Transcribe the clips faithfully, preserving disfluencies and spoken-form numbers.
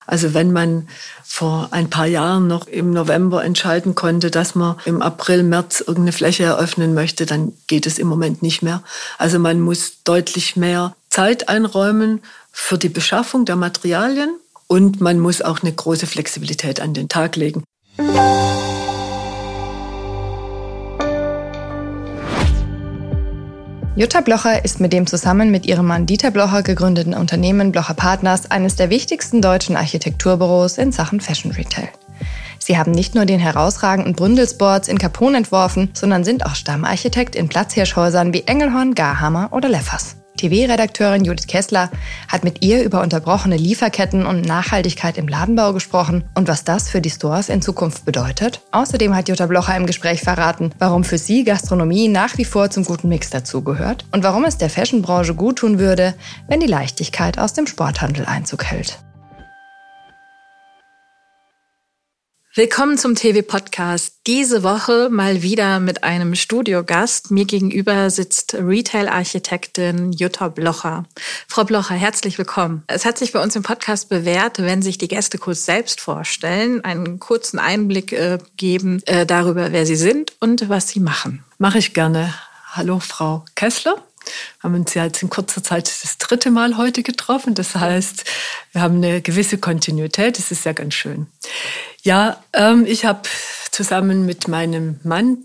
Also wenn man vor ein paar Jahren noch im November entscheiden konnte, dass man im April, März irgendeine Fläche eröffnen möchte, dann geht es im Moment nicht mehr. Also man muss deutlich mehr Zeit einräumen für die Beschaffung der Materialien und man muss auch eine große Flexibilität an den Tag legen. Jutta Blocher ist mit dem zusammen mit ihrem Mann Dieter Blocher gegründeten Unternehmen Blocher Partners eines der wichtigsten deutschen Architekturbüros in Sachen Fashion Retail. Sie haben nicht nur den herausragenden Bründelsboards in Capon entworfen, sondern sind auch Stammarchitekt in Platzhirschhäusern wie Engelhorn, Garhammer oder Leffers. T V-Redakteurin Judith Kessler hat mit ihr über unterbrochene Lieferketten und Nachhaltigkeit im Ladenbau gesprochen und was das für die Stores in Zukunft bedeutet. Außerdem hat Jutta Blocher im Gespräch verraten, warum für sie Gastronomie nach wie vor zum guten Mix dazugehört und warum es der Fashionbranche guttun würde, wenn die Leichtigkeit aus dem Sporthandel Einzug hält. Willkommen zum T V-Podcast. Diese Woche mal wieder mit einem Studiogast. Mir gegenüber sitzt Retail-Architektin Jutta Blocher. Frau Blocher, herzlich willkommen. Es hat sich bei uns im Podcast bewährt, wenn sich die Gäste kurz selbst vorstellen, einen kurzen Einblick äh, geben äh, darüber, wer sie sind und was sie machen. Mache ich gerne. Hallo, Frau Kessler. Wir haben uns ja jetzt in kurzer Zeit das dritte Mal heute getroffen. Das heißt, wir haben eine gewisse Kontinuität. Das ist ja ganz schön. Ja, ähm, ich habe zusammen mit meinem Mann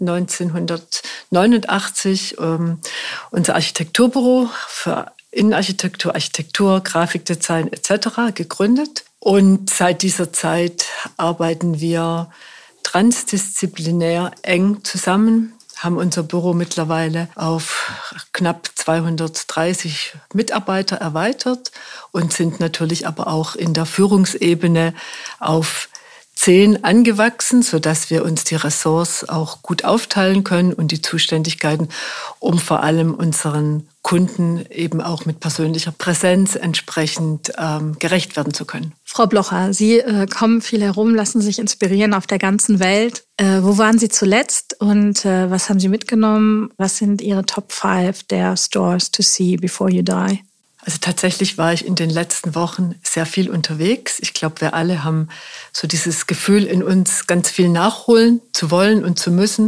neunzehnhundertneunundachtzig ähm, unser Architekturbüro für Innenarchitektur, Architektur, Grafikdesign et cetera gegründet. Und seit dieser Zeit arbeiten wir transdisziplinär eng zusammen, haben unser Büro mittlerweile auf knapp zweihundertdreißig Mitarbeiter erweitert und sind natürlich aber auch in der Führungsebene auf zehn angewachsen, sodass wir uns die Ressorts auch gut aufteilen können und die Zuständigkeiten, um vor allem unseren Kunden eben auch mit persönlicher Präsenz entsprechend ähm, gerecht werden zu können. Frau Blocher, Sie äh, kommen viel herum, lassen sich inspirieren auf der ganzen Welt. Äh, wo waren Sie zuletzt und äh, was haben Sie mitgenommen? Was sind Ihre Top five der Stores to see before you die? Also tatsächlich war ich in den letzten Wochen sehr viel unterwegs. Ich glaube, wir alle haben so dieses Gefühl in uns, ganz viel nachholen zu wollen und zu müssen.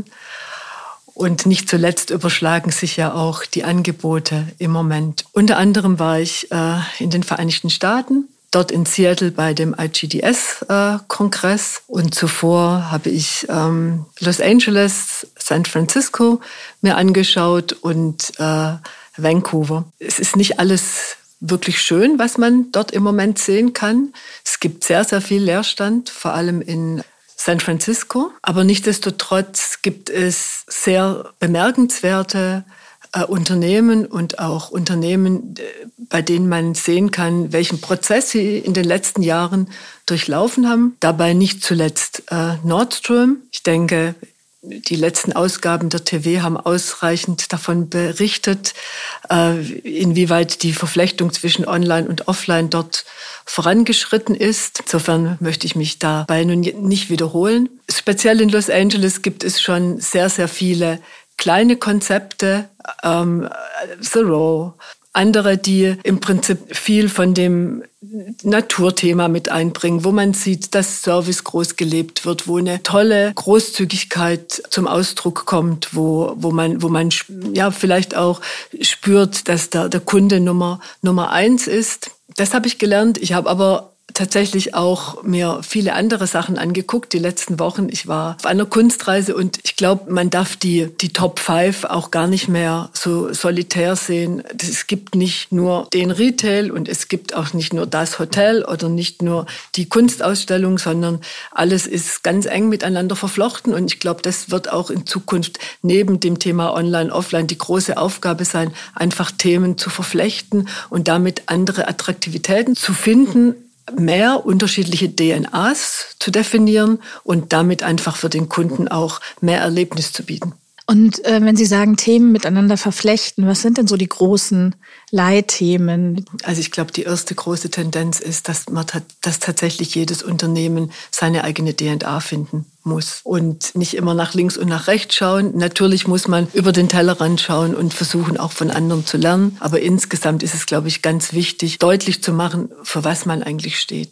Und nicht zuletzt überschlagen sich ja auch die Angebote im Moment. Unter anderem war ich äh, in den Vereinigten Staaten, dort in Seattle bei dem I G D S-Kongress. Äh, und zuvor habe ich ähm, Los Angeles, San Francisco mir angeschaut und äh, Vancouver. Es ist nicht alles wirklich schön, was man dort im Moment sehen kann. Es gibt sehr, sehr viel Leerstand, vor allem in San Francisco. Aber nichtsdestotrotz gibt es sehr bemerkenswerte äh, Unternehmen und auch Unternehmen, bei denen man sehen kann, welchen Prozess sie in den letzten Jahren durchlaufen haben. Dabei nicht zuletzt äh, Nordstrom. Ich denke, die letzten Ausgaben der T V haben ausreichend davon berichtet, inwieweit die Verflechtung zwischen Online und Offline dort vorangeschritten ist. Insofern möchte ich mich dabei nun nicht wiederholen. Speziell in Los Angeles gibt es schon sehr, sehr viele kleine Konzepte, ähm, The Row, andere, die im Prinzip viel von dem Naturthema mit einbringen, wo man sieht, dass Service groß gelebt wird, wo eine tolle Großzügigkeit zum Ausdruck kommt, wo, wo man, wo man ja vielleicht auch spürt, dass der, der Kunde Nummer, Nummer eins ist. Das habe ich gelernt. Ich habe aber tatsächlich auch mir viele andere Sachen angeguckt die letzten Wochen. Ich war auf einer Kunstreise und ich glaube, man darf die, die Top Five auch gar nicht mehr so solitär sehen. Es gibt nicht nur den Retail und es gibt auch nicht nur das Hotel oder nicht nur die Kunstausstellung, sondern alles ist ganz eng miteinander verflochten und ich glaube, das wird auch in Zukunft neben dem Thema Online, Offline die große Aufgabe sein, einfach Themen zu verflechten und damit andere Attraktivitäten zu finden, mehr unterschiedliche D N As zu definieren und damit einfach für den Kunden auch mehr Erlebnis zu bieten. Und äh, wenn Sie sagen, Themen miteinander verflechten, was sind denn so die großen Leitthemen? Also ich glaube, die erste große Tendenz ist, dass man dass tatsächlich jedes Unternehmen seine eigene D N A finden muss und nicht immer nach links und nach rechts schauen. Natürlich muss man über den Tellerrand schauen und versuchen, auch von anderen zu lernen. Aber insgesamt ist es, glaube ich, ganz wichtig, deutlich zu machen, für was man eigentlich steht.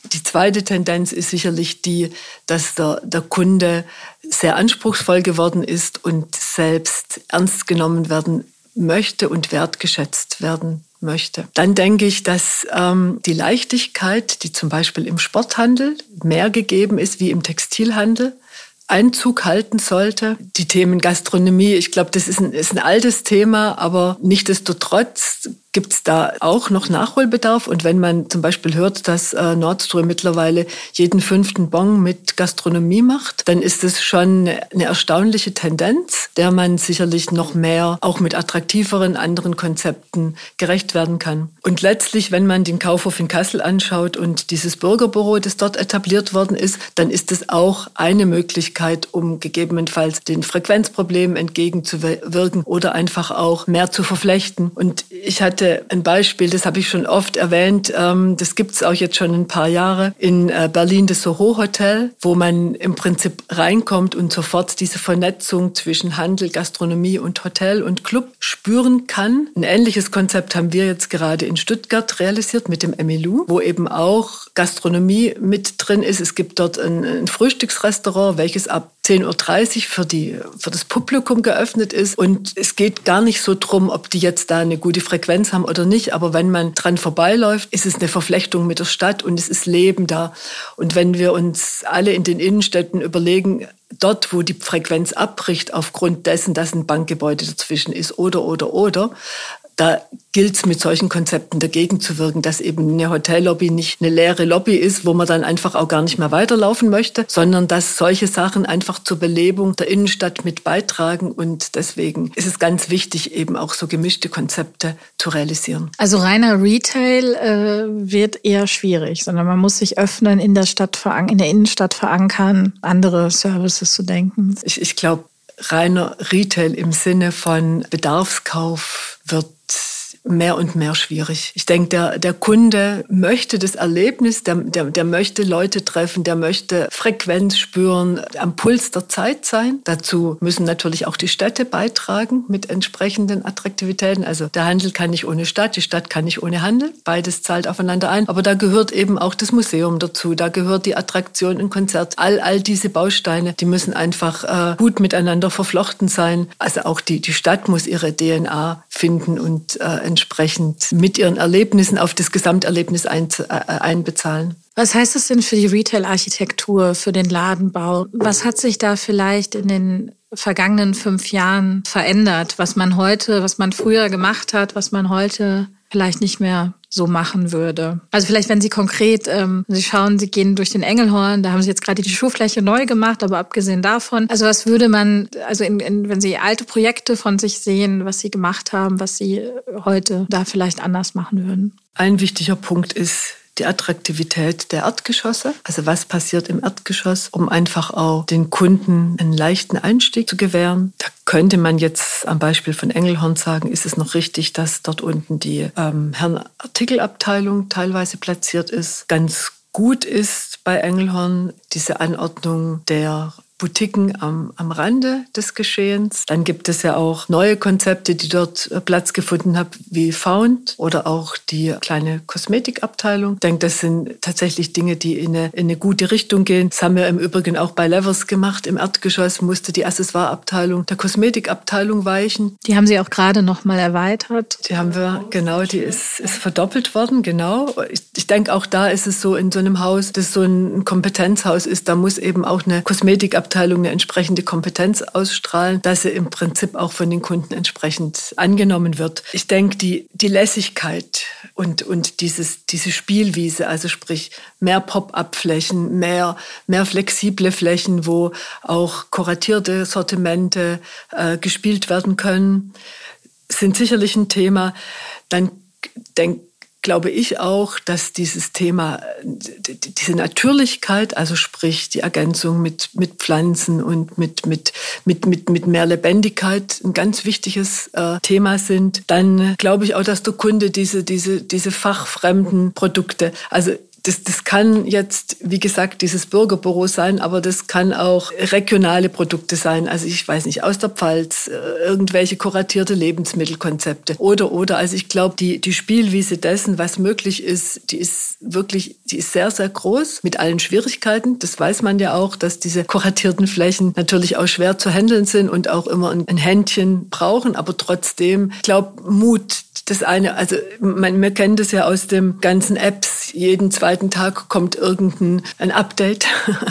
Die zweite Tendenz ist sicherlich die, dass der, der Kunde sehr anspruchsvoll geworden ist und selbst ernst genommen werden möchte und wertgeschätzt werden möchte. Dann denke ich, dass ähm, die Leichtigkeit, die zum Beispiel im Sporthandel mehr gegeben ist wie im Textilhandel, Einzug halten sollte. Die Themen Gastronomie, ich glaube, das ist ein, ist ein altes Thema, aber nichtsdestotrotz gibt es da auch noch Nachholbedarf. Und wenn man zum Beispiel hört, dass äh, Nordstream mittlerweile jeden fünften Bon mit Gastronomie macht, dann ist es schon eine erstaunliche Tendenz, der man sicherlich noch mehr auch mit attraktiveren anderen Konzepten gerecht werden kann. Und letztlich, wenn man den Kaufhof in Kassel anschaut und dieses Bürgerbüro, das dort etabliert worden ist, dann ist es auch eine Möglichkeit, um gegebenenfalls den Frequenzproblemen entgegenzuwirken oder einfach auch mehr zu verflechten. Und ich hatte ein Beispiel, das habe ich schon oft erwähnt, das gibt es auch jetzt schon ein paar Jahre, in Berlin das Soho Hotel, wo man im Prinzip reinkommt und sofort diese Vernetzung zwischen Handel, Gastronomie und Hotel und Club spüren kann. Ein ähnliches Konzept haben wir jetzt gerade in Stuttgart realisiert mit dem Emilou, wo eben auch Gastronomie mit drin ist. Es gibt dort ein, ein Frühstücksrestaurant, welches ab zehn Uhr dreißig für, die, für das Publikum geöffnet ist. Und es geht gar nicht so drum, ob die jetzt da eine gute Frequenz haben oder nicht. Aber wenn man dran vorbeiläuft, ist es eine Verflechtung mit der Stadt und es ist Leben da. Und wenn wir uns alle in den Innenstädten überlegen, dort, wo die Frequenz abbricht, aufgrund dessen, dass ein Bankgebäude dazwischen ist oder, oder, oder, da gilt es mit solchen Konzepten dagegen zu wirken, dass eben eine Hotellobby nicht eine leere Lobby ist, wo man dann einfach auch gar nicht mehr weiterlaufen möchte, sondern dass solche Sachen einfach zur Belebung der Innenstadt mit beitragen. Und deswegen ist es ganz wichtig, eben auch so gemischte Konzepte zu realisieren. Also reiner Retail äh, wird eher schwierig, sondern man muss sich öffnen, in der Stadt veran- in der Innenstadt verankern, andere Services zu denken. Ich, ich glaube, reiner Retail im Sinne von Bedarfskauf wird mehr und mehr schwierig. Ich denke, der, der Kunde möchte das Erlebnis, der, der, der möchte Leute treffen, der möchte Frequenz spüren, am Puls der Zeit sein. Dazu müssen natürlich auch die Städte beitragen mit entsprechenden Attraktivitäten. Also der Handel kann nicht ohne Stadt, die Stadt kann nicht ohne Handel. Beides zahlt aufeinander ein. Aber da gehört eben auch das Museum dazu, da gehört die Attraktion, ein Konzert. All, all diese Bausteine, die müssen einfach äh, gut miteinander verflochten sein. Also auch die, die Stadt muss ihre D N A finden und äh, entsprechend mit ihren Erlebnissen auf das Gesamterlebnis ein, äh, einbezahlen. Was heißt das denn für die Retail-Architektur, für den Ladenbau? Was hat sich da vielleicht in den vergangenen fünf Jahren verändert, was man heute, was man früher gemacht hat, was man heute vielleicht nicht mehr so machen würde? Also vielleicht, wenn Sie konkret, ähm, Sie schauen, Sie gehen durch den Engelhorn, da haben Sie jetzt gerade die Schuhfläche neu gemacht, aber abgesehen davon, also was würde man, also in, in, wenn Sie alte Projekte von sich sehen, was Sie gemacht haben, was Sie heute da vielleicht anders machen würden? Ein wichtiger Punkt ist die Attraktivität der Erdgeschosse. Also was passiert im Erdgeschoss, um einfach auch den Kunden einen leichten Einstieg zu gewähren. Da könnte man jetzt am Beispiel von Engelhorn sagen, ist es noch richtig, dass dort unten die ähm, Herrenartikelabteilung teilweise platziert ist. Ganz gut ist bei Engelhorn diese Anordnung der Boutiquen am, am Rande des Geschehens. Dann gibt es ja auch neue Konzepte, die dort Platz gefunden haben, wie Found oder auch die kleine Kosmetikabteilung. Ich denke, das sind tatsächlich Dinge, die in eine, in eine gute Richtung gehen. Das haben wir im Übrigen auch bei Levers gemacht. Im Erdgeschoss musste die Accessoireabteilung der Kosmetikabteilung weichen. Die haben Sie auch gerade noch mal erweitert. Die haben wir, genau, die ist, ist verdoppelt worden, genau. Ich, ich denke, auch da ist es so in so einem Haus, das so ein Kompetenzhaus ist, da muss eben auch eine Kosmetikabteilung Abteilung eine entsprechende Kompetenz ausstrahlen, dass sie im Prinzip auch von den Kunden entsprechend angenommen wird. Ich denke, die, die Lässigkeit und, und dieses, diese Spielwiese, also sprich mehr Pop-up-Flächen, mehr, mehr flexible Flächen, wo auch kuratierte Sortimente äh, gespielt werden können, sind sicherlich ein Thema. Dann denke glaube ich auch, dass dieses Thema, diese Natürlichkeit, also sprich die Ergänzung mit, mit Pflanzen und mit, mit, mit, mit, mit mehr Lebendigkeit ein ganz wichtiges äh, Thema sind. Dann glaube ich auch, dass der Kunde diese, diese, diese fachfremden Produkte, also das, das kann jetzt, wie gesagt, dieses Bürgerbüro sein, aber das kann auch regionale Produkte sein. Also ich weiß nicht, aus der Pfalz, irgendwelche kuratierte Lebensmittelkonzepte oder, oder. Also ich glaube, die, die Spielwiese dessen, was möglich ist, die ist wirklich, die ist sehr, sehr groß mit allen Schwierigkeiten. Das weiß man ja auch, dass diese kuratierten Flächen natürlich auch schwer zu handeln sind und auch immer ein, ein Händchen brauchen. Aber trotzdem, ich glaube, Mut, das eine, also man, wir kennen das ja aus den ganzen Apps. Jeden zweiten Tag kommt irgendein ein Update.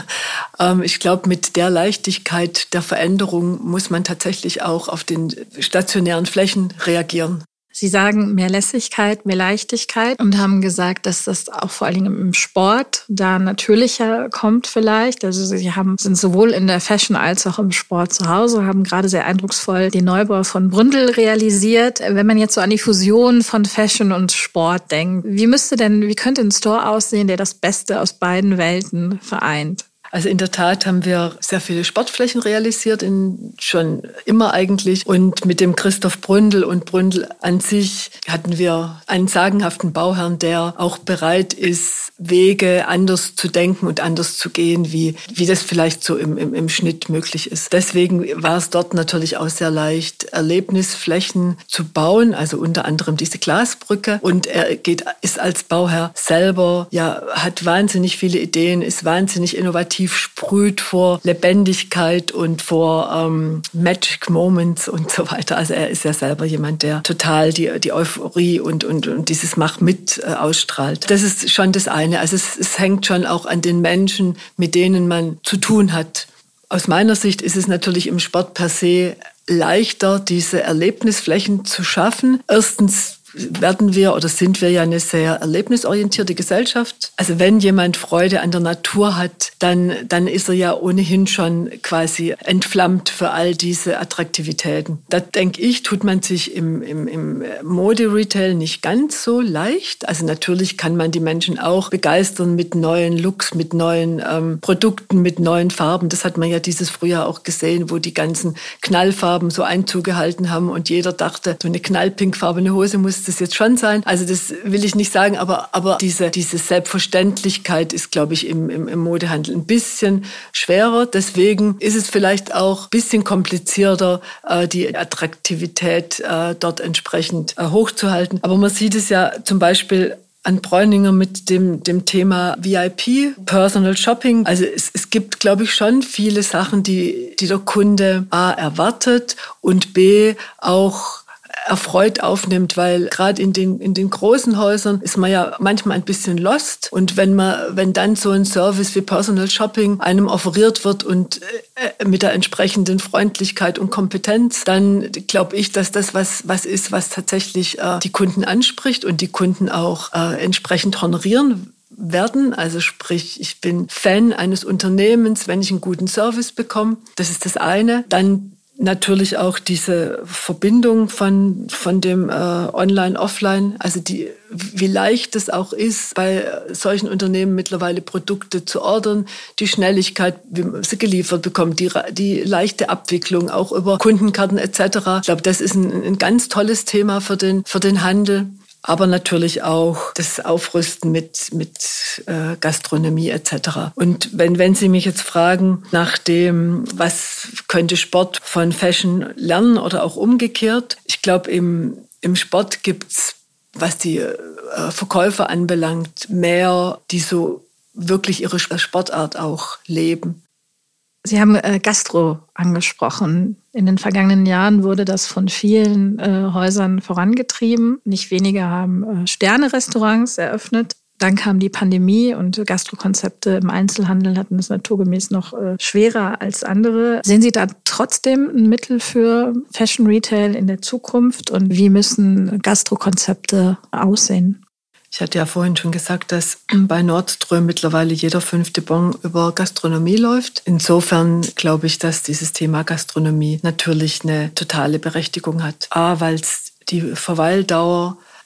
Ich glaube, mit der Leichtigkeit der Veränderung muss man tatsächlich auch auf den stationären Flächen reagieren. Sie sagen mehr Lässigkeit, mehr Leichtigkeit und haben gesagt, dass das auch vor allen Dingen im Sport da natürlicher kommt vielleicht. Also Sie haben, sind sowohl in der Fashion als auch im Sport zu Hause, haben gerade sehr eindrucksvoll den Neubau von Bründel realisiert. Wenn man jetzt so an die Fusion von Fashion und Sport denkt, wie müsste denn, wie könnte ein Store aussehen, der das Beste aus beiden Welten vereint? Also in der Tat haben wir sehr viele Sportflächen realisiert, in, schon immer eigentlich. Und mit dem Christoph Bründel und Bründel an sich hatten wir einen sagenhaften Bauherrn, der auch bereit ist, Wege anders zu denken und anders zu gehen, wie, wie das vielleicht so im, im, im Schnitt möglich ist. Deswegen war es dort natürlich auch sehr leicht, Erlebnisflächen zu bauen, also unter anderem diese Glasbrücke. Und er geht, ist als Bauherr selber, ja, hat wahnsinnig viele Ideen, ist wahnsinnig innovativ, sprüht vor Lebendigkeit und vor ähm, Magic Moments und so weiter. Also er ist ja selber jemand, der total die, die Euphorie und, und, und dieses Mach mit äh, ausstrahlt. Das ist schon das eine. Also es, es hängt schon auch an den Menschen, mit denen man zu tun hat. Aus meiner Sicht ist es natürlich im Sport per se leichter, diese Erlebnisflächen zu schaffen. Erstens werden wir oder sind wir ja eine sehr erlebnisorientierte Gesellschaft. Also wenn jemand Freude an der Natur hat, dann, dann ist er ja ohnehin schon quasi entflammt für all diese Attraktivitäten. Da denke ich, tut man sich im, im, im Mode-Retail nicht ganz so leicht. Also natürlich kann man die Menschen auch begeistern mit neuen Looks, mit neuen ähm, Produkten, mit neuen Farben. Das hat man ja dieses Frühjahr auch gesehen, wo die ganzen Knallfarben so Einzug gehalten haben und jeder dachte, so eine knallpinkfarbene Hose muss das jetzt schon sein. Also das will ich nicht sagen, aber, aber diese, diese Selbstverständlichkeit ist, glaube ich, im, im, im Modehandel ein bisschen schwerer. Deswegen ist es vielleicht auch ein bisschen komplizierter, äh, die Attraktivität äh, dort entsprechend äh, hochzuhalten. Aber man sieht es ja zum Beispiel an Bräuninger mit dem, dem Thema V I P, Personal Shopping. Also es, es gibt, glaube ich, schon viele Sachen, die, die der Kunde A erwartet und B auch erfreut aufnimmt, weil gerade in den in den großen Häusern ist man ja manchmal ein bisschen lost und wenn man wenn dann so ein Service wie Personal Shopping einem offeriert wird und äh, mit der entsprechenden Freundlichkeit und Kompetenz, dann glaube ich, dass das was was ist, was tatsächlich äh, die Kunden anspricht und die Kunden auch äh, entsprechend honorieren werden. Also sprich, ich bin Fan eines Unternehmens, wenn ich einen guten Service bekomme. Das ist das eine. Dann natürlich auch diese Verbindung von von dem äh, Online, Offline, also die, wie leicht es auch ist, bei solchen Unternehmen mittlerweile Produkte zu ordern, die Schnelligkeit, wie man sie geliefert bekommt, die, die leichte Abwicklung, auch über Kundenkarten et cetera. Ich glaube, das ist ein, ein ganz tolles Thema für den für den Handel. Aber natürlich auch das Aufrüsten mit mit äh, Gastronomie et cetera. Und wenn wenn Sie mich jetzt fragen nach dem, was könnte Sport von Fashion lernen oder auch umgekehrt, ich glaube im im Sport gibt's, was die äh, Verkäufer anbelangt, mehr, die so wirklich ihre Sportart auch leben. Sie haben äh, Gastro angesprochen. In den vergangenen Jahren wurde das von vielen äh, Häusern vorangetrieben. Nicht wenige haben äh, Sterne-Restaurants eröffnet. Dann kam die Pandemie und Gastrokonzepte im Einzelhandel hatten es naturgemäß noch äh, schwerer als andere. Sehen Sie da trotzdem ein Mittel für Fashion Retail in der Zukunft? Und wie müssen Gastrokonzepte aussehen? Ich hatte ja vorhin schon gesagt, dass bei Nordström mittlerweile jeder fünfte Bon über Gastronomie läuft. Insofern glaube ich, dass dieses Thema Gastronomie natürlich eine totale Berechtigung hat. A, weil es die Verweildauer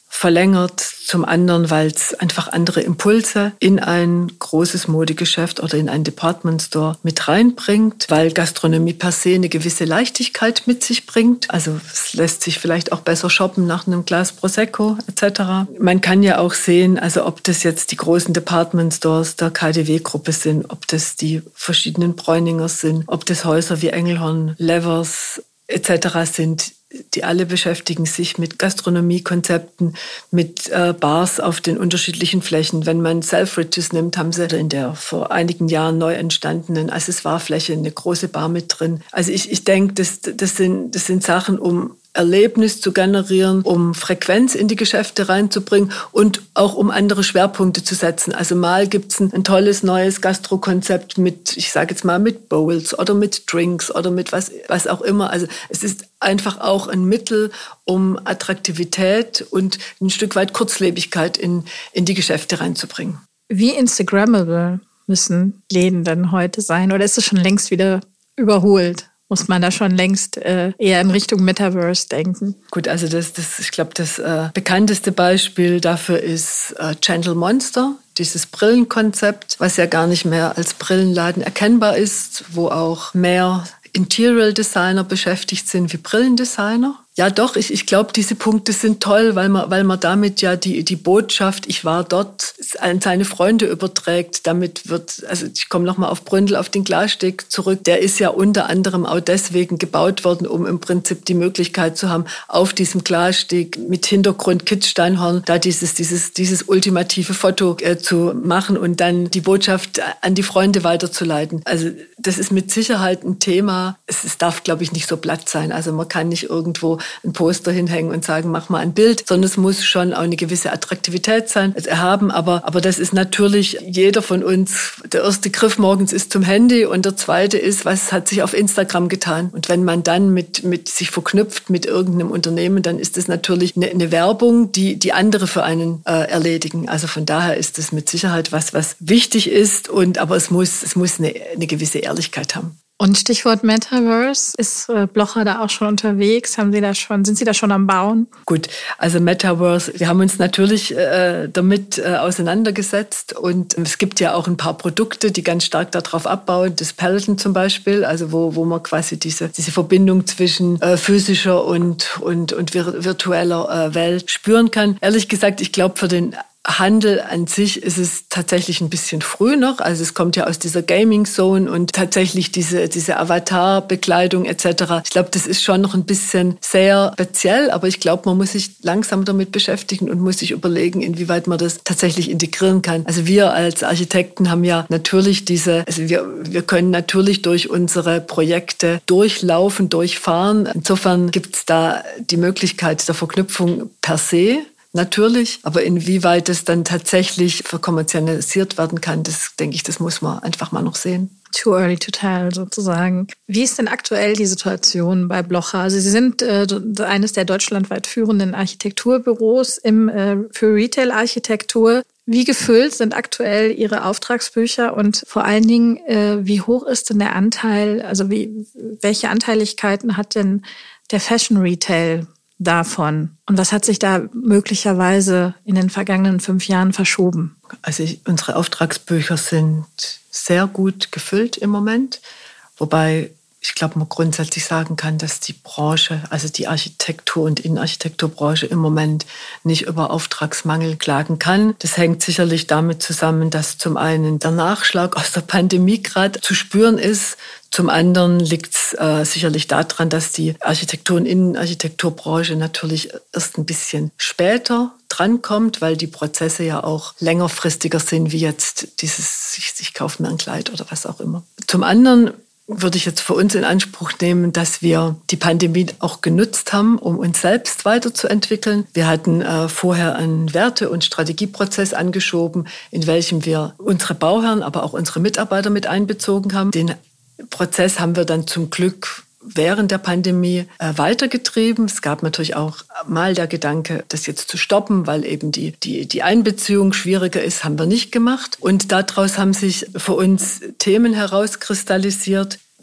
verlängert, zum anderen, weil es einfach andere Impulse in ein großes Modegeschäft oder in einen Department Store mit reinbringt, weil Gastronomie per se eine gewisse Leichtigkeit mit sich bringt. Also es lässt sich vielleicht auch besser shoppen nach einem Glas Prosecco et cetera. Man kann ja auch sehen, also ob das jetzt die großen Department Stores der K D W-Gruppe sind, ob das die verschiedenen Bräuningers sind, ob das Häuser wie Engelhorn, Levers et cetera sind, die alle beschäftigen sich mit Gastronomiekonzepten, mit äh, Bars auf den unterschiedlichen Flächen. Wenn man Selfridges nimmt, haben sie in der vor einigen Jahren neu entstandenen Accessoirefläche eine große Bar mit drin. Also ich, ich denke, das, das, sind, das sind Sachen, um Erlebnis zu generieren, um Frequenz in die Geschäfte reinzubringen und auch um andere Schwerpunkte zu setzen. Also mal gibt's ein, ein tolles neues Gastrokonzept mit, ich sage jetzt mal, mit Bowls oder mit Drinks oder mit was, was auch immer. Also es ist einfach auch ein Mittel, um Attraktivität und ein Stück weit Kurzlebigkeit in, in die Geschäfte reinzubringen. Wie Instagrammable müssen Läden denn heute sein? Oder ist es schon längst wieder überholt? Muss man da schon längst äh, eher in Richtung Metaverse denken? Gut, also das, das, ich glaube, das äh, bekannteste Beispiel dafür ist äh, Gentle Monster, dieses Brillenkonzept, was ja gar nicht mehr als Brillenladen erkennbar ist, wo auch mehr Interior Designer beschäftigt sind wie Brillendesigner. Ja doch, ich, ich glaube, diese Punkte sind toll, weil man, weil man damit ja die, die Botschaft, ich war dort, an seine Freunde überträgt. Damit wird, also ich komme nochmal auf Bründel, auf den Glassteg zurück. Der ist ja unter anderem auch deswegen gebaut worden, um im Prinzip die Möglichkeit zu haben, auf diesem Glassteg mit Hintergrund Kitzsteinhorn da dieses, dieses, dieses ultimative Foto äh, zu machen und dann die Botschaft an die Freunde weiterzuleiten. Also das ist mit Sicherheit ein Thema. Es, es darf, glaube ich, nicht so platt sein. Also man kann nicht irgendwo ein Poster hinhängen und sagen, mach mal ein Bild, sondern es muss schon auch eine gewisse Attraktivität sein, es erhaben. Aber, aber das ist natürlich jeder von uns. Der erste Griff morgens ist zum Handy und der zweite ist, was hat sich auf Instagram getan? Und wenn man dann mit, mit sich verknüpft mit irgendeinem Unternehmen, dann ist das natürlich eine, eine Werbung, die, die andere für einen äh, erledigen. Also von daher ist das mit Sicherheit was, was wichtig ist. Und, aber es muss, es muss eine, eine gewisse Ehrlichkeit haben. Und Stichwort Metaverse, ist äh, Blocher da auch schon unterwegs? Haben Sie da schon, sind Sie da schon am Bauen? Gut, also Metaverse, wir haben uns natürlich äh, damit äh, auseinandergesetzt und es gibt ja auch ein paar Produkte, die ganz stark darauf abbauen. Das Peloton zum Beispiel, also wo wo man quasi diese diese Verbindung zwischen äh, physischer und und und virtueller äh, Welt spüren kann. Ehrlich gesagt, ich glaube für den Handel an sich ist es tatsächlich ein bisschen früh noch. Also es kommt ja aus dieser Gaming-Zone und tatsächlich diese, diese Avatar-Bekleidung et cetera. Ich glaube, das ist schon noch ein bisschen sehr speziell, aber ich glaube, man muss sich langsam damit beschäftigen und muss sich überlegen, inwieweit man das tatsächlich integrieren kann. Also wir als Architekten haben ja natürlich diese, also wir, wir können natürlich durch unsere Projekte durchlaufen, durchfahren. Insofern gibt es da die Möglichkeit der Verknüpfung per se. Natürlich, aber inwieweit es dann tatsächlich verkommerzialisiert werden kann, das denke ich, das muss man einfach mal noch sehen. Too early to tell sozusagen. Wie ist denn aktuell die Situation bei Blocher? Also Sie sind äh, eines der deutschlandweit führenden Architekturbüros im, äh, für Retail-Architektur. Wie gefüllt sind aktuell Ihre Auftragsbücher und vor allen Dingen, äh, wie hoch ist denn der Anteil, also wie, welche Anteiligkeiten hat denn der Fashion Retail davon? Und was hat sich da möglicherweise in den vergangenen fünf Jahren verschoben? Also ich, unsere Auftragsbücher sind sehr gut gefüllt im Moment, wobei ich glaube, man grundsätzlich sagen kann, dass die Branche, also die Architektur- und Innenarchitekturbranche im Moment nicht über Auftragsmangel klagen kann. Das hängt sicherlich damit zusammen, dass zum einen der Nachschlag aus der Pandemie gerade zu spüren ist. Zum anderen liegt es äh, sicherlich daran, dass die Architektur- und Innenarchitekturbranche natürlich erst ein bisschen später drankommt, weil die Prozesse ja auch längerfristiger sind, wie jetzt dieses, ich, ich kaufe mir ein Kleid oder was auch immer. Zum anderen würde ich jetzt für uns in Anspruch nehmen, dass wir die Pandemie auch genutzt haben, um uns selbst weiterzuentwickeln. Wir hatten äh, vorher einen Werte- und Strategieprozess angeschoben, in welchem wir unsere Bauherren, aber auch unsere Mitarbeiter mit einbezogen haben. Den Prozess haben wir dann zum Glück während der Pandemie äh, weitergetrieben. Es gab natürlich auch mal der Gedanke, das jetzt zu stoppen, weil eben die, die, die Einbeziehung schwieriger ist, haben wir nicht gemacht. Und daraus haben sich für uns Themen herauskristallisiert.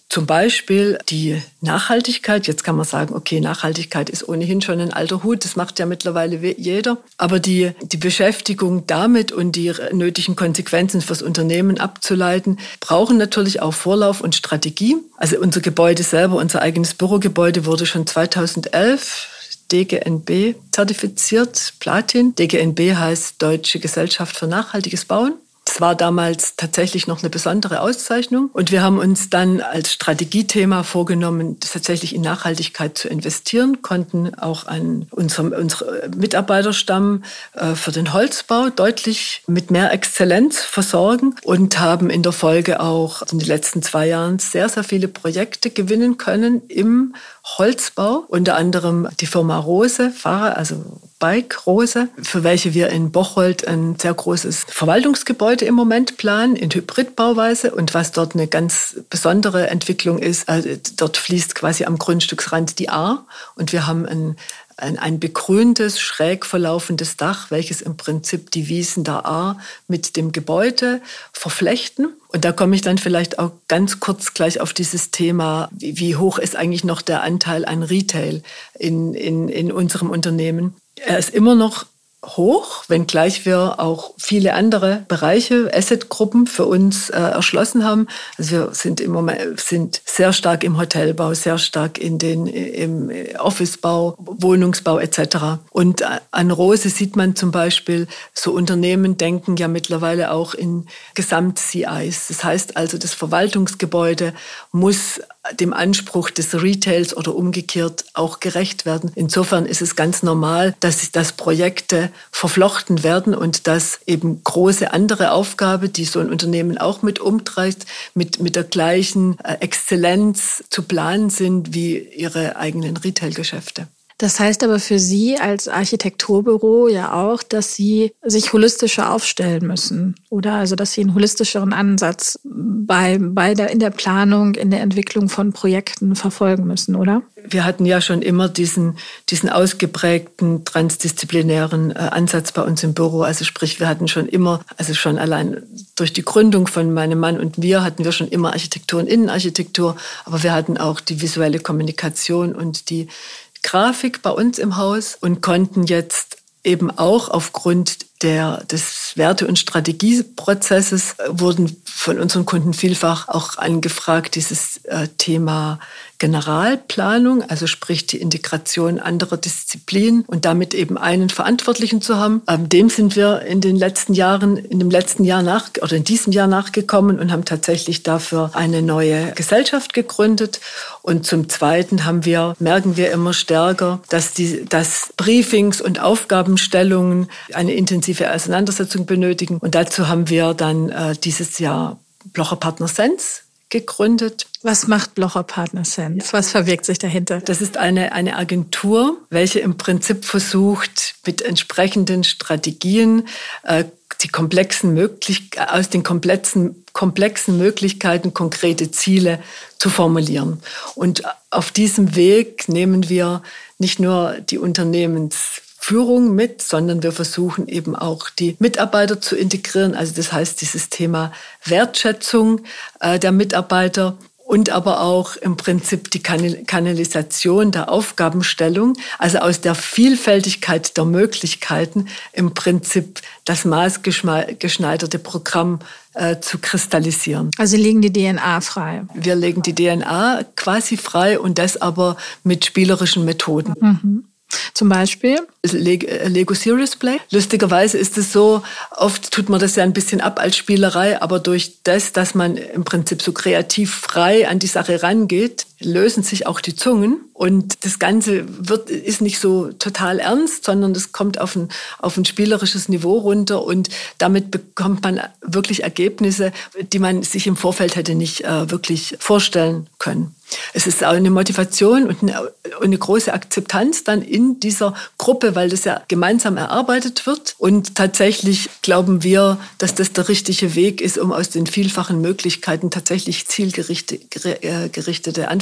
zum Beispiel die Nachhaltigkeit. Jetzt kann man sagen, okay, Nachhaltigkeit ist ohnehin schon ein alter Hut, das macht ja mittlerweile jeder. Aber die, die Beschäftigung damit und die nötigen Konsequenzen fürs Unternehmen abzuleiten, brauchen natürlich auch Vorlauf und Strategie. Also unser Gebäude selber, unser eigenes Bürogebäude wurde schon zweitausendelf D G N B zertifiziert, Platin. D G N B heißt Deutsche Gesellschaft für nachhaltiges Bauen. Das war damals tatsächlich noch eine besondere Auszeichnung. Und wir haben uns dann als Strategiethema vorgenommen, tatsächlich in Nachhaltigkeit zu investieren, konnten auch an unserem, unserem Mitarbeiterstamm äh, für den Holzbau deutlich mit mehr Exzellenz versorgen und haben in der Folge auch in den letzten zwei Jahren sehr, sehr viele Projekte gewinnen können im Holzbau. Unter anderem die Firma Rose, Fahrer, also Bike Rose, für welche wir in Bocholt ein sehr großes Verwaltungsgebäude im Moment planen, in Hybridbauweise. Und was dort eine ganz besondere Entwicklung ist, also dort fließt quasi am Grundstücksrand die Ahr und wir haben ein Ein, ein begrüntes, schräg verlaufendes Dach, welches im Prinzip die Wiesen der Ahr mit dem Gebäude verflechten. Und da komme ich dann vielleicht auch ganz kurz gleich auf dieses Thema, wie, wie hoch ist eigentlich noch der Anteil an Retail in, in, in unserem Unternehmen. Er ist immer noch hoch, wenngleich wir auch viele andere Bereiche, Assetgruppen für uns äh, erschlossen haben. Also wir sind im Moment sind sehr stark im Hotelbau, sehr stark in den im Officebau, Wohnungsbau et cetera. Und an Rose sieht man zum Beispiel, so Unternehmen denken ja mittlerweile auch in Gesamt-C Is. Das heißt also, das Verwaltungsgebäude muss dem Anspruch des Retails oder umgekehrt auch gerecht werden. Insofern ist es ganz normal, dass, dass Projekte verflochten werden und dass eben große andere Aufgaben, die so ein Unternehmen auch mit umtreibt, mit, mit der gleichen Exzellenz zu planen sind wie ihre eigenen Retail-Geschäfte. Das heißt aber für Sie als Architekturbüro ja auch, dass Sie sich holistischer aufstellen müssen, oder? Also dass Sie einen holistischeren Ansatz bei, bei der, in der Planung, in der Entwicklung von Projekten verfolgen müssen, oder? Wir hatten ja schon immer diesen, diesen ausgeprägten transdisziplinären äh, Ansatz bei uns im Büro. Also sprich, wir hatten schon immer, also schon allein durch die Gründung von meinem Mann und mir hatten wir schon immer Architektur und Innenarchitektur, aber wir hatten auch die visuelle Kommunikation und die Grafik bei uns im Haus und konnten jetzt eben auch aufgrund der, des Werte- und Strategieprozesses wurden von unseren Kunden vielfach auch angefragt, dieses äh, Thema Generalplanung, also sprich die Integration anderer Disziplinen und damit eben einen Verantwortlichen zu haben. Ähm, dem sind wir in den letzten Jahren, in dem letzten Jahr nach oder in diesem Jahr nachgekommen und haben tatsächlich dafür eine neue Gesellschaft gegründet. Und zum Zweiten haben wir, merken wir immer stärker, dass die, dass Briefings und Aufgabenstellungen eine intensive Auseinandersetzung benötigen. Und dazu haben wir dann äh, dieses Jahr Blocher Partner Sense gegründet. Was macht Blocher Partner Sense? Was verbirgt sich dahinter? Das ist eine, eine Agentur, welche im Prinzip versucht, mit entsprechenden Strategien äh, die komplexen möglich, aus den komplexen, komplexen Möglichkeiten konkrete Ziele zu formulieren. Und auf diesem Weg nehmen wir nicht nur die Unternehmensführung mit, sondern wir versuchen eben auch die Mitarbeiter zu integrieren. Also das heißt, dieses Thema Wertschätzung äh, der Mitarbeiter und aber auch im Prinzip die Kanalisation der Aufgabenstellung, also aus der Vielfältigkeit der Möglichkeiten im Prinzip das maßgeschneiderte Programm äh, zu kristallisieren. Also legen die D N A frei? Wir legen die D N A quasi frei und das aber mit spielerischen Methoden. Mhm. Zum Beispiel? Lego Serious Play. Lustigerweise ist es so, oft tut man das ja ein bisschen ab als Spielerei, aber durch das, dass man im Prinzip so kreativ frei an die Sache rangeht, lösen sich auch die Zungen und das Ganze wird, ist nicht so total ernst, sondern das kommt auf ein, auf ein spielerisches Niveau runter und damit bekommt man wirklich Ergebnisse, die man sich im Vorfeld hätte nicht äh, wirklich vorstellen können. Es ist auch eine Motivation und eine, eine große Akzeptanz dann in dieser Gruppe, weil das ja gemeinsam erarbeitet wird. Und tatsächlich glauben wir, dass das der richtige Weg ist, um aus den vielfachen Möglichkeiten tatsächlich zielgerichtete Antworten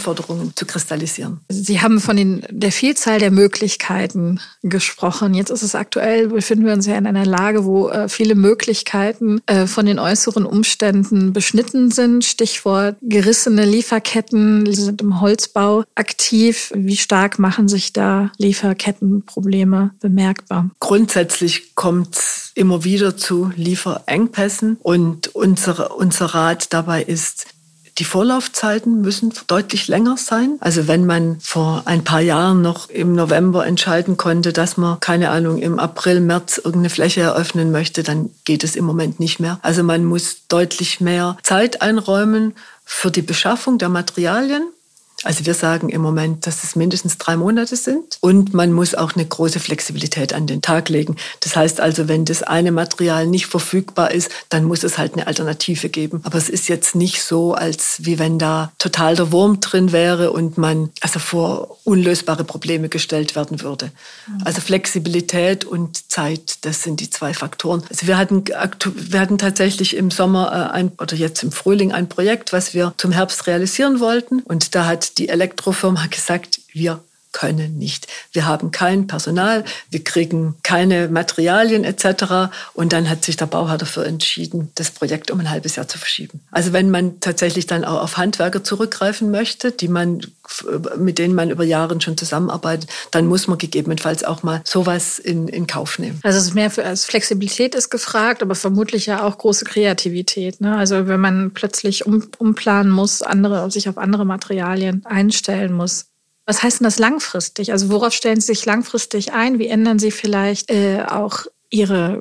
Anforderungen zu kristallisieren. Sie haben von den, der Vielzahl der Möglichkeiten gesprochen. Jetzt ist es aktuell, befinden wir uns ja in einer Lage, wo äh, viele Möglichkeiten äh, von den äußeren Umständen beschnitten sind. Stichwort gerissene Lieferketten. Sie sind im Holzbau aktiv. Wie stark machen sich da Lieferkettenprobleme bemerkbar? Grundsätzlich kommt es immer wieder zu Lieferengpässen und unser, unser Rat dabei ist, die Vorlaufzeiten müssen deutlich länger sein. Also wenn man vor ein paar Jahren noch im November entscheiden konnte, dass man, keine Ahnung, im April, März irgendeine Fläche eröffnen möchte, dann geht es im Moment nicht mehr. Also man muss deutlich mehr Zeit einräumen für die Beschaffung der Materialien. Also wir sagen im Moment, dass es mindestens drei Monate sind. Und man muss auch eine große Flexibilität an den Tag legen. Das heißt also, wenn das eine Material nicht verfügbar ist, dann muss es halt eine Alternative geben. Aber es ist jetzt nicht so, als wie wenn da total der Wurm drin wäre und man also vor unlösbare Probleme gestellt werden würde. Also Flexibilität und Zeit, das sind die zwei Faktoren. Also wir hatten, wir hatten tatsächlich im Sommer ein, oder jetzt im Frühling ein Projekt, was wir zum Herbst realisieren wollten. Und da hat die Elektrofirma gesagt, wir können nicht. Wir haben kein Personal, wir kriegen keine Materialien et cetera. Und dann hat sich der Bauherr dafür entschieden, das Projekt um ein halbes Jahr zu verschieben. Also wenn man tatsächlich dann auch auf Handwerker zurückgreifen möchte, die man, mit denen man über Jahre schon zusammenarbeitet, dann muss man gegebenenfalls auch mal sowas in, in Kauf nehmen. Also es ist mehr für, also Flexibilität ist gefragt, aber vermutlich ja auch große Kreativität, ne? Also wenn man plötzlich um, umplanen muss, andere, sich auf andere Materialien einstellen muss. Was heißt denn das langfristig? Also worauf stellen Sie sich langfristig ein? Wie ändern Sie vielleicht äh, auch Ihre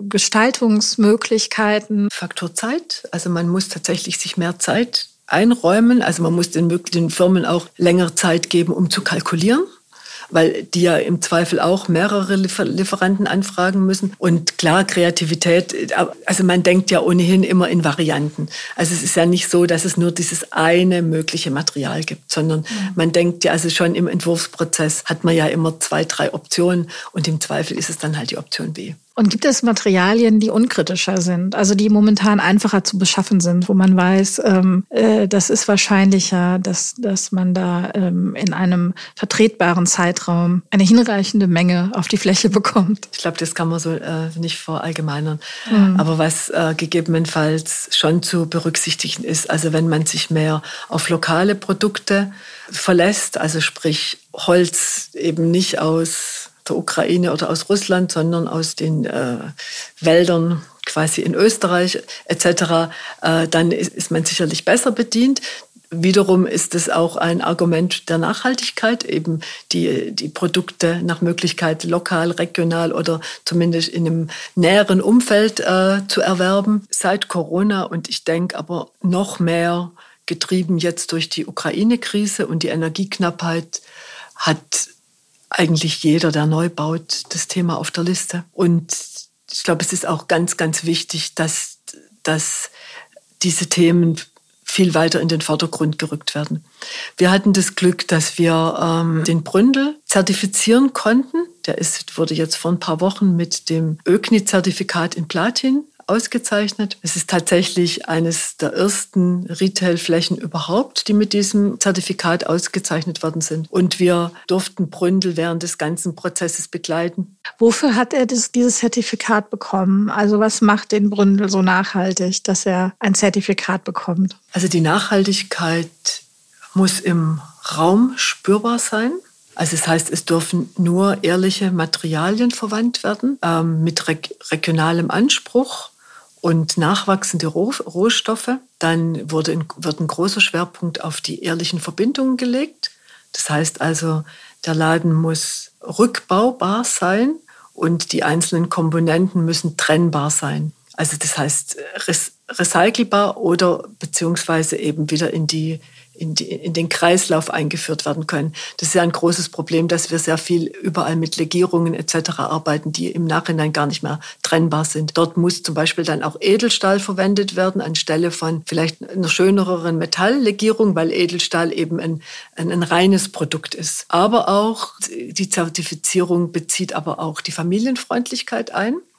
Gestaltungsmöglichkeiten? Faktor Zeit. Also man muss tatsächlich sich mehr Zeit einräumen. Also man muss den, den Firmen auch längere Zeit geben, um zu kalkulieren, weil die ja im Zweifel auch mehrere Liefer- Lieferanten anfragen müssen. Und klar, Kreativität, also man denkt ja ohnehin immer in Varianten. Also es ist ja nicht so, dass es nur dieses eine mögliche Material gibt, sondern mhm. man denkt ja, also schon im Entwurfsprozess hat man ja immer zwei, drei Optionen und im Zweifel ist es dann halt die Option B. Und gibt es Materialien, die unkritischer sind, also die momentan einfacher zu beschaffen sind, wo man weiß, ähm, äh, das ist wahrscheinlicher, dass, dass man da ähm, in einem vertretbaren Zeitraum eine hinreichende Menge auf die Fläche bekommt? Ich glaube, das kann man so äh, nicht verallgemeinern. Mhm. Aber was äh, gegebenenfalls schon zu berücksichtigen ist, also wenn man sich mehr auf lokale Produkte verlässt, also sprich Holz eben nicht aus der Ukraine oder aus Russland, sondern aus den äh, Wäldern quasi in Österreich et cetera, äh, dann ist, ist man sicherlich besser bedient. Wiederum ist es auch ein Argument der Nachhaltigkeit, eben die, die Produkte nach Möglichkeit lokal, regional oder zumindest in einem näheren Umfeld äh, zu erwerben. Seit Corona und ich denke aber noch mehr getrieben jetzt durch die Ukraine-Krise und die Energieknappheit hat eigentlich jeder, der neu baut, das Thema auf der Liste. Und ich glaube, es ist auch ganz, ganz wichtig, dass, dass diese Themen viel weiter in den Vordergrund gerückt werden. Wir hatten das Glück, dass wir ähm, den Bründel zertifizieren konnten. Der ist, wurde jetzt vor ein paar Wochen mit dem Ö C N I-Zertifikat in Platin ausgezeichnet. Es ist tatsächlich eines der ersten Retail-Flächen überhaupt, die mit diesem Zertifikat ausgezeichnet worden sind. Und wir durften Bründel während des ganzen Prozesses begleiten. Wofür hat er das, dieses Zertifikat bekommen? Also was macht den Bründel so nachhaltig, dass er ein Zertifikat bekommt? Also die Nachhaltigkeit muss im Raum spürbar sein. Also das heißt, es dürfen nur ehrliche Materialien verwandt werden, ähm, mit reg- regionalem Anspruch und nachwachsende Roh- Rohstoffe. Dann wurde in, wird ein großer Schwerpunkt auf die ehrlichen Verbindungen gelegt. Das heißt also, der Laden muss rückbaubar sein und die einzelnen Komponenten müssen trennbar sein. Also das heißt recycelbar oder beziehungsweise eben wieder in die In, die, in den Kreislauf eingeführt werden können. Das ist ja ein großes Problem, dass wir sehr viel überall mit Legierungen et cetera arbeiten, die im Nachhinein gar nicht mehr trennbar sind. Dort muss zum Beispiel dann auch Edelstahl verwendet werden, anstelle von vielleicht einer schöneren Metalllegierung, weil Edelstahl eben ein, ein, ein reines Produkt ist. Aber auch die Zertifizierung bezieht aber auch die Familienfreundlichkeit ein.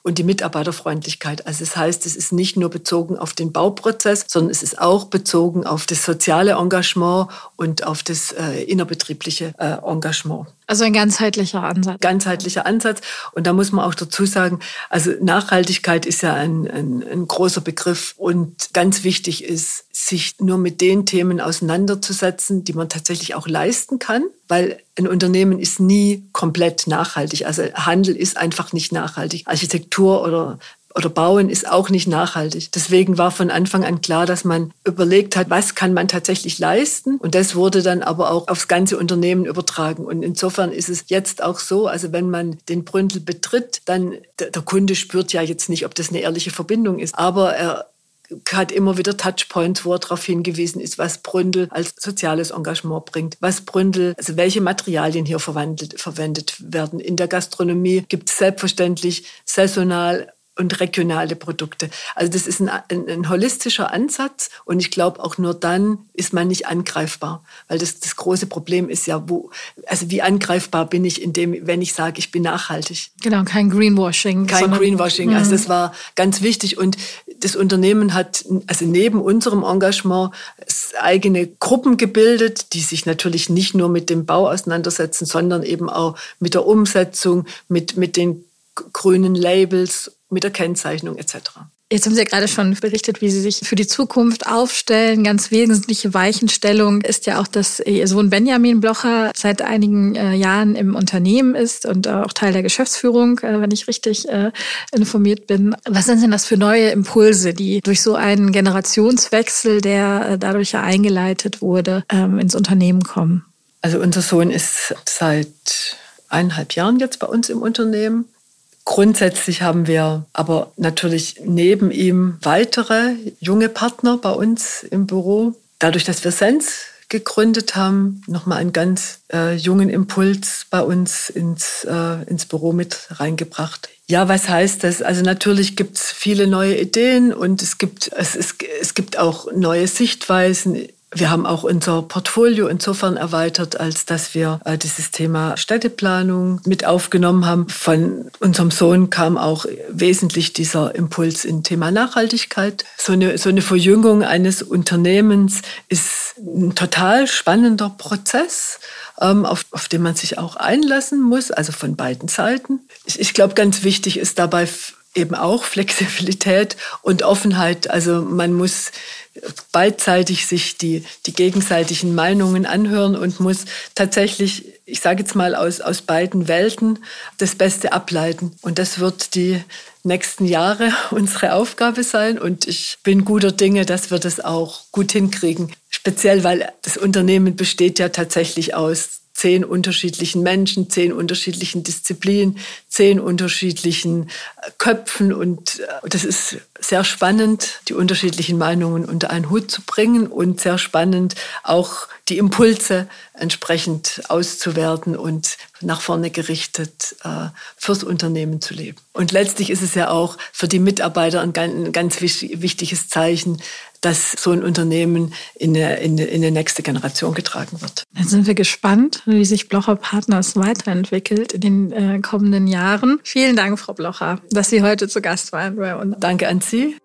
und die Mitarbeiterfreundlichkeit. Also das heißt, es ist nicht nur bezogen auf den Bauprozess, sondern es ist auch bezogen auf das soziale Engagement und auf das äh, innerbetriebliche äh, Engagement. Also ein ganzheitlicher Ansatz. Ganzheitlicher Ansatz. Und da muss man auch dazu sagen, also Nachhaltigkeit ist ja ein, ein, ein großer Begriff und ganz wichtig ist, sich nur mit den Themen auseinanderzusetzen, die man tatsächlich auch leisten kann, weil ein Unternehmen ist nie komplett nachhaltig. Also Handel ist einfach nicht nachhaltig. Architektur oder Oder Bauen ist auch nicht nachhaltig. Deswegen war von Anfang an klar, dass man überlegt hat, was kann man tatsächlich leisten. Und das wurde dann aber auch aufs ganze Unternehmen übertragen. Und insofern ist es jetzt auch so, also wenn man den Bründel betritt, dann der, der Kunde spürt ja jetzt nicht, ob das eine ehrliche Verbindung ist. Aber er hat immer wieder Touchpoints, wo er darauf hingewiesen ist, was Bründel als soziales Engagement bringt, was Bründel, also welche Materialien hier verwendet, verwendet werden. In der Gastronomie gibt es selbstverständlich saisonal und regionale Produkte. Also das ist ein, ein, ein holistischer Ansatz und ich glaube, auch nur dann ist man nicht angreifbar. Weil das, das große Problem ist ja, wo, also wie angreifbar bin ich, indem, wenn ich sage, ich bin nachhaltig. Genau, kein Greenwashing. Kein Greenwashing, mh. Also das war ganz wichtig und das Unternehmen hat, also neben unserem Engagement, eigene Gruppen gebildet, die sich natürlich nicht nur mit dem Bau auseinandersetzen, sondern eben auch mit der Umsetzung, mit, mit den grünen Labels, mit der Kennzeichnung et cetera. Jetzt haben Sie ja gerade schon berichtet, wie Sie sich für die Zukunft aufstellen. Ganz wesentliche Weichenstellung ist ja auch, dass Ihr Sohn Benjamin Blocher seit einigen äh, Jahren im Unternehmen ist und auch Teil der Geschäftsführung, äh, wenn ich richtig äh, informiert bin. Was sind denn das für neue Impulse, die durch so einen Generationswechsel, der äh, dadurch ja eingeleitet wurde, ähm, ins Unternehmen kommen? Also unser Sohn ist seit eineinhalb Jahren jetzt bei uns im Unternehmen. Grundsätzlich haben wir aber natürlich neben ihm weitere junge Partner bei uns im Büro. Dadurch, dass wir Sense gegründet haben, nochmal einen ganz äh, jungen Impuls bei uns ins, äh, ins Büro mit reingebracht. Ja, was heißt das? Also natürlich gibt es viele neue Ideen und es gibt, es, es, es gibt auch neue Sichtweisen. Wir haben auch unser Portfolio insofern erweitert, als dass wir äh, dieses Thema Städteplanung mit aufgenommen haben. Von unserem Sohn kam auch wesentlich dieser Impuls im Thema Nachhaltigkeit. So eine, so eine Verjüngung eines Unternehmens ist ein total spannender Prozess, ähm, auf, auf den man sich auch einlassen muss, also von beiden Seiten. Ich, ich glaube, ganz wichtig ist dabei eben auch Flexibilität und Offenheit. Also man muss beidseitig sich die, die gegenseitigen Meinungen anhören und muss tatsächlich, ich sage jetzt mal, aus, aus beiden Welten das Beste ableiten. Und das wird die nächsten Jahre unsere Aufgabe sein. Und ich bin guter Dinge, dass wir das auch gut hinkriegen. Speziell, weil das Unternehmen besteht ja tatsächlich aus zehn unterschiedlichen Menschen, zehn unterschiedlichen Disziplinen, zehn unterschiedlichen Köpfen. Und das ist sehr spannend, die unterschiedlichen Meinungen unter einen Hut zu bringen und sehr spannend, auch die Impulse entsprechend auszuwerten und nach vorne gerichtet äh, fürs Unternehmen zu leben. Und letztlich ist es ja auch für die Mitarbeiter ein ganz, ein ganz wichtiges Zeichen, dass so ein Unternehmen in eine, in eine, in eine nächste Generation getragen wird. Jetzt sind wir gespannt, wie sich Blocher Partners weiterentwickelt in den äh, kommenden Jahren. Vielen Dank, Frau Blocher, dass Sie heute zu Gast waren bei uns. Danke an Sie.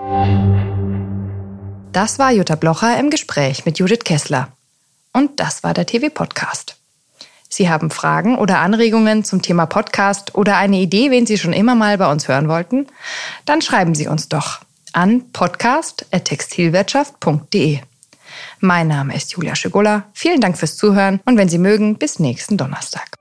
Das war Jutta Blocher im Gespräch mit Judith Kessler. Und das war der T V-Podcast. Sie haben Fragen oder Anregungen zum Thema Podcast oder eine Idee, wen Sie schon immer mal bei uns hören wollten? Dann schreiben Sie uns doch an podcast at textilwirtschaft punkt de. Mein Name ist Julia Schigulla. Vielen Dank fürs Zuhören und wenn Sie mögen, bis nächsten Donnerstag.